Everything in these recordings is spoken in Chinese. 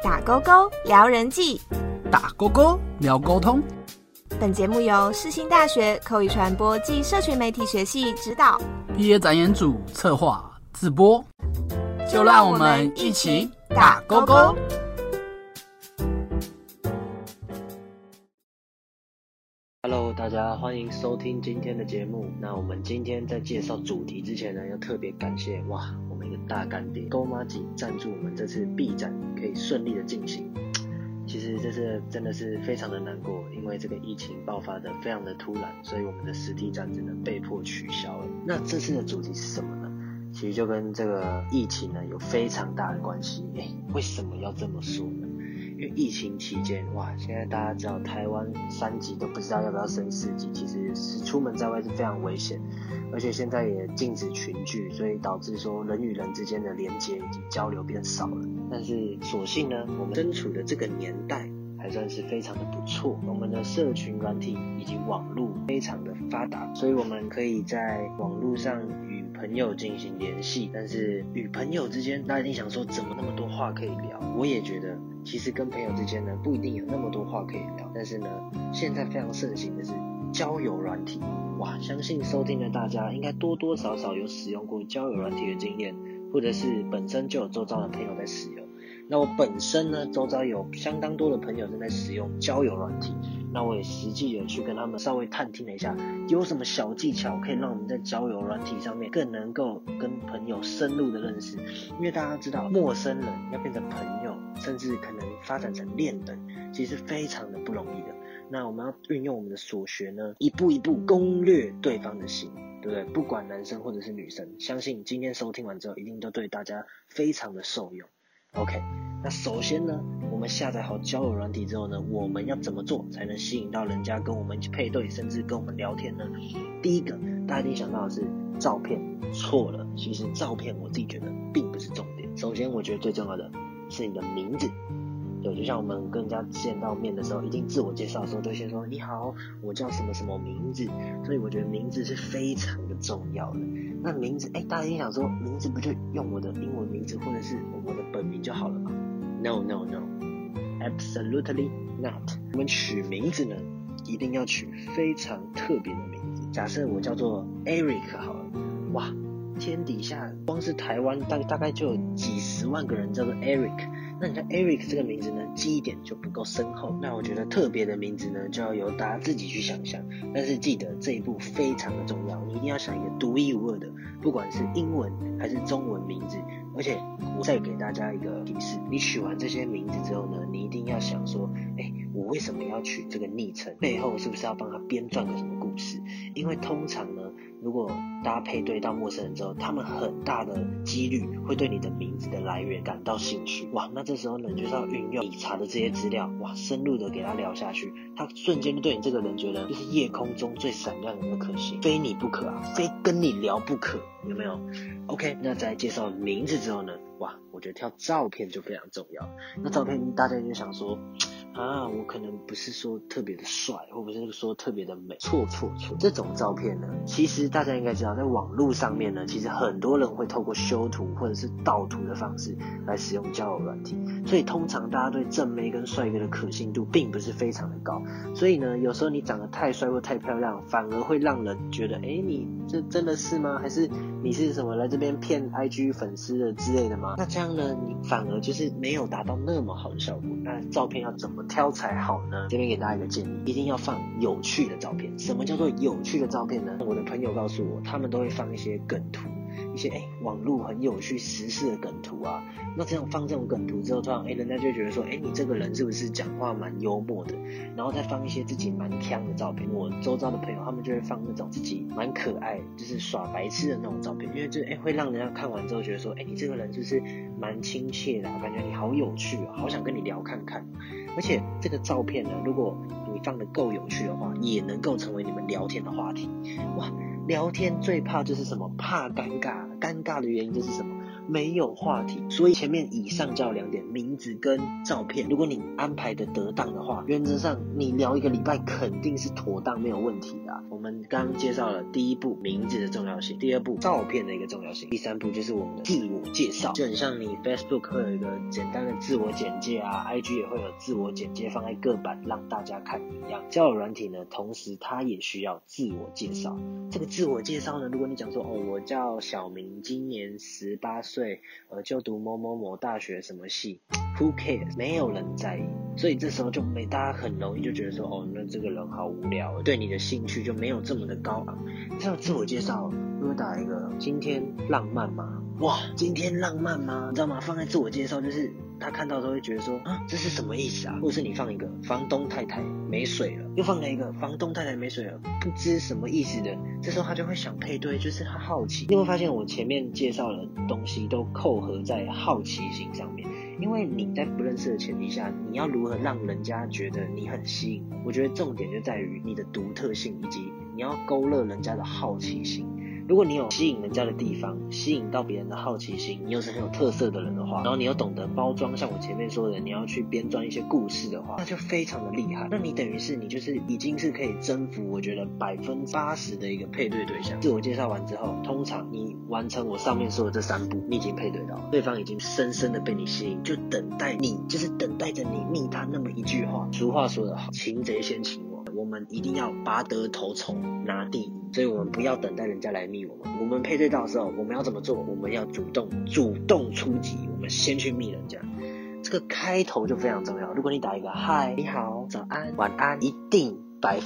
打勾勾聊人际， 打勾勾聊沟通。 本节目由世新大学口语传播暨社群媒体学系指导， 毕业展演组策划自播，就让我们一起打勾勾。 Hello， 大家欢迎收听今天的节目。那我们今天在介绍主题之前呢，要特别感谢我们一个大干爹勾妈吉赞助我们这次 B 展可以顺利的进行。其实这次真的是非常的难过，因为这个疫情爆发的非常的突然，所以我们的实体展只能被迫取消了。那这次的主题是什么呢？其实就跟这个疫情呢有非常大的关系。为什么要这么说呢？因为疫情期间，现在大家知道台湾3级都不知道要不要升4级，其实是出门在外是非常危险，而且现在也禁止群聚，所以导致说人与人之间的连结以及交流变少了。但是所幸呢，我们身处的这个年代还算是非常的不错，我们的社群软体以及网络非常的发达，所以我们可以在网络上与朋友进行联系。但是与朋友之间，大家一定想说怎么那么多话可以聊？我也觉得其实跟朋友之间呢不一定有那么多话可以聊，但是呢现在非常盛行的是交友软体。相信收听的大家应该多多少少有使用过交友软体的经验，或者是本身就有周遭的朋友在使用。那我本身呢，周遭有相当多的朋友正在使用交友软体，那我也实际的去跟他们稍微探听了一下，有什么小技巧可以让我们在交友软体上面更能够跟朋友深入的认识。因为大家知道，陌生人要变成朋友，甚至可能发展成恋人，其实非常的不容易的。那我们要运用我们的所学呢，一步一步攻略对方的心，对不对？不管男生或者是女生，相信今天收听完之后，一定都对大家非常的受用。OK， 那首先呢，我们下载好交友软体之后呢，我们要怎么做才能吸引到人家跟我们一起配对，甚至跟我们聊天呢？第一个，大家一定想到的是照片，错了。其实照片我自己觉得并不是重点。首先，我觉得最重要的是你的名字。对，就像我们跟人家见到面的时候，一定自我介绍的时候都先说你好，我叫什么什么名字。所以我觉得名字是非常的重要的。那名字，大家一定想说，名字不就用我的英文名字或者是我的本名就好了吗？ No Absolutely not。 我们取名字呢，一定要取非常特别的名字。假设我叫做 Eric 好了，天底下光是台湾大概就有几十万个人叫做 Eric。那你看 Eric 这个名字呢，记忆点就不够深厚。那我觉得特别的名字呢，就要由大家自己去想象。但是记得这一步非常的重要，你一定要想一个独一无二的，不管是英文还是中文名字。而且我再给大家一个提示，你取完这些名字之后呢，你一定要想说，我为什么要取这个昵称？背后是不是要帮他编撰个什么故事？因为通常呢，如果大家配对到陌生人之后，他们很大的几率会对你的名字的来源感到兴趣。那这时候呢，你就是要运用你查的这些资料，深入的给他聊下去，他瞬间就对你这个人觉得就是夜空中最闪亮的颗星，非你不可啊，非跟你聊不可，有没有 ？OK， 那在介绍名字之后呢，我觉得挑照片就非常重要。那照片大家就想说，我可能不是说特别的帅，或不是说特别的美。错。这种照片呢，其实大家应该知道，在网络上面呢，其实很多人会透过修图或者是盗图的方式来使用交友软体，所以通常大家对正妹跟帅哥的可信度并不是非常的高。所以呢，有时候你长得太帅或太漂亮，反而会让人觉得，你这真的是吗？还是你是什么来这边骗 IG 粉丝的之类的吗？那这样呢，你反而就是没有达到那么好的效果。那照片要怎么挑才好呢？这边给大家一个建议，一定要放有趣的照片。什么叫做有趣的照片呢？我的朋友告诉我，他们都会放一些梗图，一些网络很有趣时事的梗图啊。那这样放这种梗图之后，突然人家就觉得说，你这个人是不是讲话蛮幽默的？然后再放一些自己蛮鏘的照片。我周遭的朋友他们就会放那种自己蛮可爱，就是耍白痴的那种照片，因为就会让人家看完之后觉得说，你这个人就是蛮亲切的，感觉你好有趣哦，好想跟你聊看看。而且这个照片呢，如果你放的够有趣的话，也能够成为你们聊天的话题。聊天最怕就是什么？怕尴尬。尴尬的原因就是什么？ 没有话题。所以前面以上叫2点，名字跟照片，如果你安排的得当的话，原则上你聊1个礼拜肯定是妥当没有问题的。我们刚介绍了第1步名字的重要性，第2步照片的一个重要性，第3步就是我们的自我介绍，就很像你 Facebook 会有一个简单的自我简介啊， IG 也会有自我简介放在各版让大家看一样。交友软体呢，同时它也需要自我介绍。这个自我介绍呢，如果你讲说我叫小明，今年18岁，就读某某某大学什么系， Who cares？ 没有人在意。所以这时候就大家很容易就觉得说那这个人好无聊，对你的兴趣就没有这么的高昂。这种自我介绍如果打一个今天浪漫吗？哇，今天浪漫吗？你知道吗？放在自我介绍，就是他看到都会觉得说这是什么意思啊？或者是你放一个房东太太没水了，又放了一个房东太太没水了，不知什么意思的，这时候他就会想配对，就是他好奇。你有没有发现我前面介绍的东西都扣合在好奇心上面？因为你在不认识的前提下，你要如何让人家觉得你很吸引？我觉得重点就在于你的独特性，以及你要勾勒人家的好奇心。如果你有吸引人家的地方，吸引到别人的好奇心，你又是很有特色的人的话，然后你又懂得包装，像我前面说的，你要去编撰一些故事的话，那就非常的厉害。那你等于是你就是已经是可以征服我觉得80%的一个配对对象。自我介绍完之后，通常你完成我上面说的这3步，你已经配对到了，对方已经深深的被你吸引，就等待你，就是等待着你密他那么一句话。俗话说得好，擒贼先擒王，我们一定要拔得头筹，拿第一。所以我们不要等待人家来密我们，我们配对到的时候，我们要怎么做？我们要主动出击，我们先去密人家。这个开头就非常重要。如果你打一个嗨，你好，早安，晚安，一定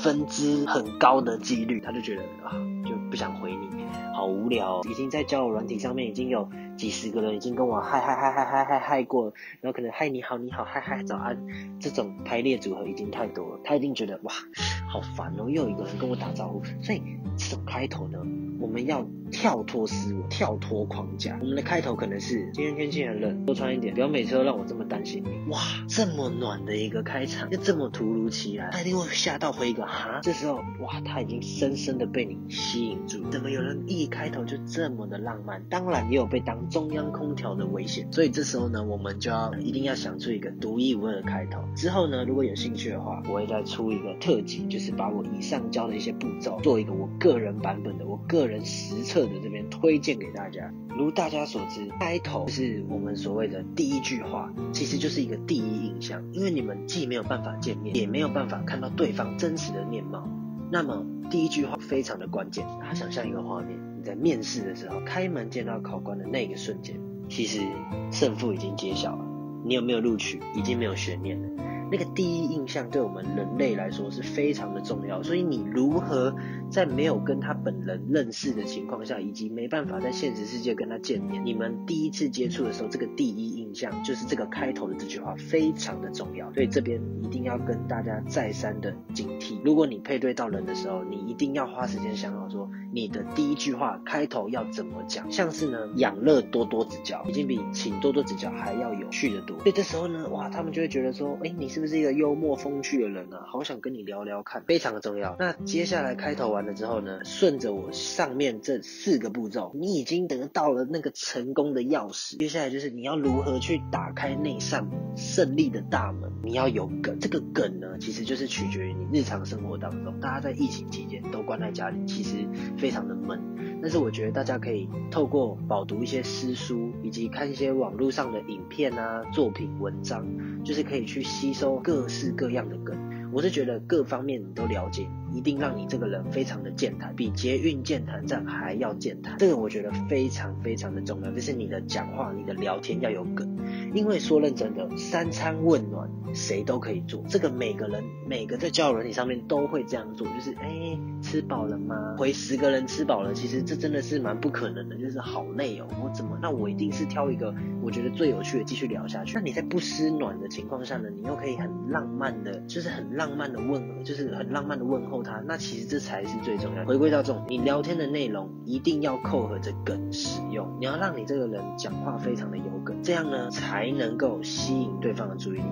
%很高的几率，他就觉得就不想回你，好无聊已经在交友软体上面已经有几十个人已经跟我嗨过，然后可能嗨你好嗨早安，这种排列组合已经太多了，他一定觉得哇好烦又有一个人跟我打招呼。所以这种开头呢，我们要跳脱思维，跳脱框架。我们的开头可能是今天天气很冷，多穿一点，不要每次都让我这么担心你。哇，这么暖的一个开场，又这么突如其来，他一定会吓到回一个哈。这时候哇，他已经深深的被你吸引住。怎么有人一开头就这么的浪漫？当然也有被当中央空调的危险。所以这时候呢，我们就一定要想出一个独一无二的开头。之后呢，如果有兴趣的话，我会再出一个特辑，就是把我以上教的一些步骤做一个我个人版本的，我个人实测的这边推荐给大家。如大家所知，开头是我们所谓的第一句话，其实就是一个第一印象。因为你们既没有办法见面，也没有办法看到对方真实的面貌，那么第一句话非常的关键。大家想象一个画面，你在面试的时候，开门见到考官的那个瞬间，其实胜负已经揭晓了，你有没有录取已经没有悬念了。那个第一印象对我们人类来说是非常的重要，所以你如何在没有跟他本人认识的情况下，以及没办法在现实世界跟他见面，你们第一次接触的时候，这个第一印象就是这个开头的这句话非常的重要。所以这边一定要跟大家再三的警惕，如果你配对到人的时候，你一定要花时间想好说你的第一句话开头要怎么讲。像是呢，养乐多多指教已经比请多多指教还要有趣的多。所以这时候呢，哇，他们就会觉得说你是不是一个幽默风趣的人啊，好想跟你聊聊看，非常的重要。那接下来开头完了之后呢，顺着我上面这4个步骤，你已经得到了那个成功的钥匙。接下来就是你要如何去打开那扇胜利的大门。你要有梗，这个梗呢，其实就是取决于你日常生活当中。大家在疫情期间都关在家里，其实非常的闷，但是我觉得大家可以透过饱读一些诗书，以及看一些网络上的影片啊、作品、文章，就是可以去吸收各式各样的梗。我是觉得各方面你都了解，一定让你这个人非常的健谈，比捷运健谈站还要健谈。这个我觉得非常非常的重要，就是你的讲话、你的聊天要有梗。因为说认真的，3餐问暖谁都可以做，这个每个在交友软体上面都会这样做，就是吃饱了吗？回10个人吃饱了，其实这真的是蛮不可能的，就是好累哦，那我一定是挑一个我觉得最有趣的继续聊下去。那你在不施暖的情况下呢，你又可以很浪漫的，就是很浪漫的问候他，那其实这才是最重要的。回归到重点，你聊天的内容一定要扣合着梗使用，你要让你这个人讲话非常的有梗，这样呢才能够吸引对方的注意力，才能让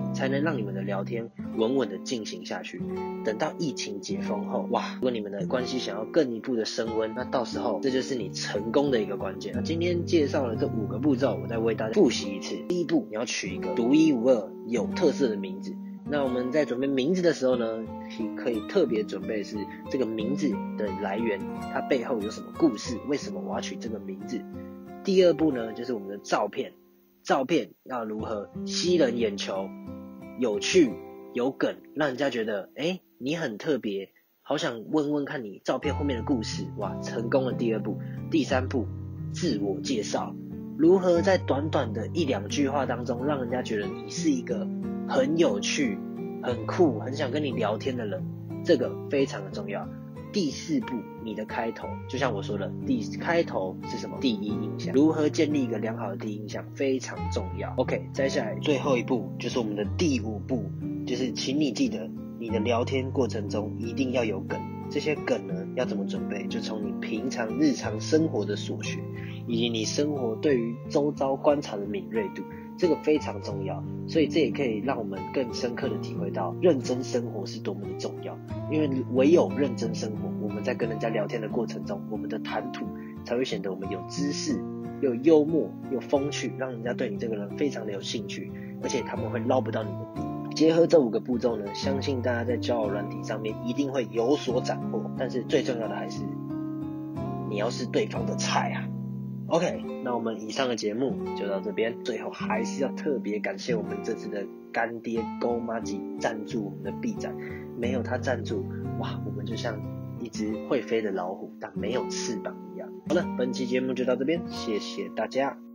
让你们的聊天稳稳的进行下去。等到疫情解封后，哇，如果你们的关系想要更一步的升温，那到时候这就是你成功的一个关键。那今天介绍了这5个步骤，我再为大家复习一次。第一步，你要取一个独一无二、有特色的名字。那我们在准备名字的时候呢，可以特别准备是这个名字的来源，它背后有什么故事，为什么我要取这个名字。第二步呢，就是我们的照片要如何吸人眼球，有趣有梗，让人家觉得你很特别，好想问问看你照片后面的故事。哇，成功了第2步。第3步，自我介绍，如何在短短的1-2句话当中让人家觉得你是一个很有趣很酷很想跟你聊天的人，这个非常的重要。第4步，你的开头，就像我说的，开头是什么？第一印象，如何建立一个良好的第一印象非常重要。 OK， 再下来最后一步就是我们的第5步，就是请你记得你的聊天过程中一定要有梗。这些梗呢要怎么准备，就从你平常日常生活的所学，以及你生活对于周遭观察的敏锐度，这个非常重要。所以这也可以让我们更深刻的体会到认真生活是多么的重要。因为唯有认真生活，我们在跟人家聊天的过程中，我们的谈吐才会显得我们有知识又幽默又风趣，让人家对你这个人非常的有兴趣，而且他们会捞不到你的底。结合这5个步骤呢，相信大家在交友软体上面一定会有所斩获。但是最重要的还是你要是对方的菜啊。OK， 那我们以上的节目就到这边。最后还是要特别感谢我们这次的干爹勾麻吉赞助我们的臂展，没有他赞助，哇，我们就像一只会飞的老虎但没有翅膀一样。好了，本期节目就到这边，谢谢大家。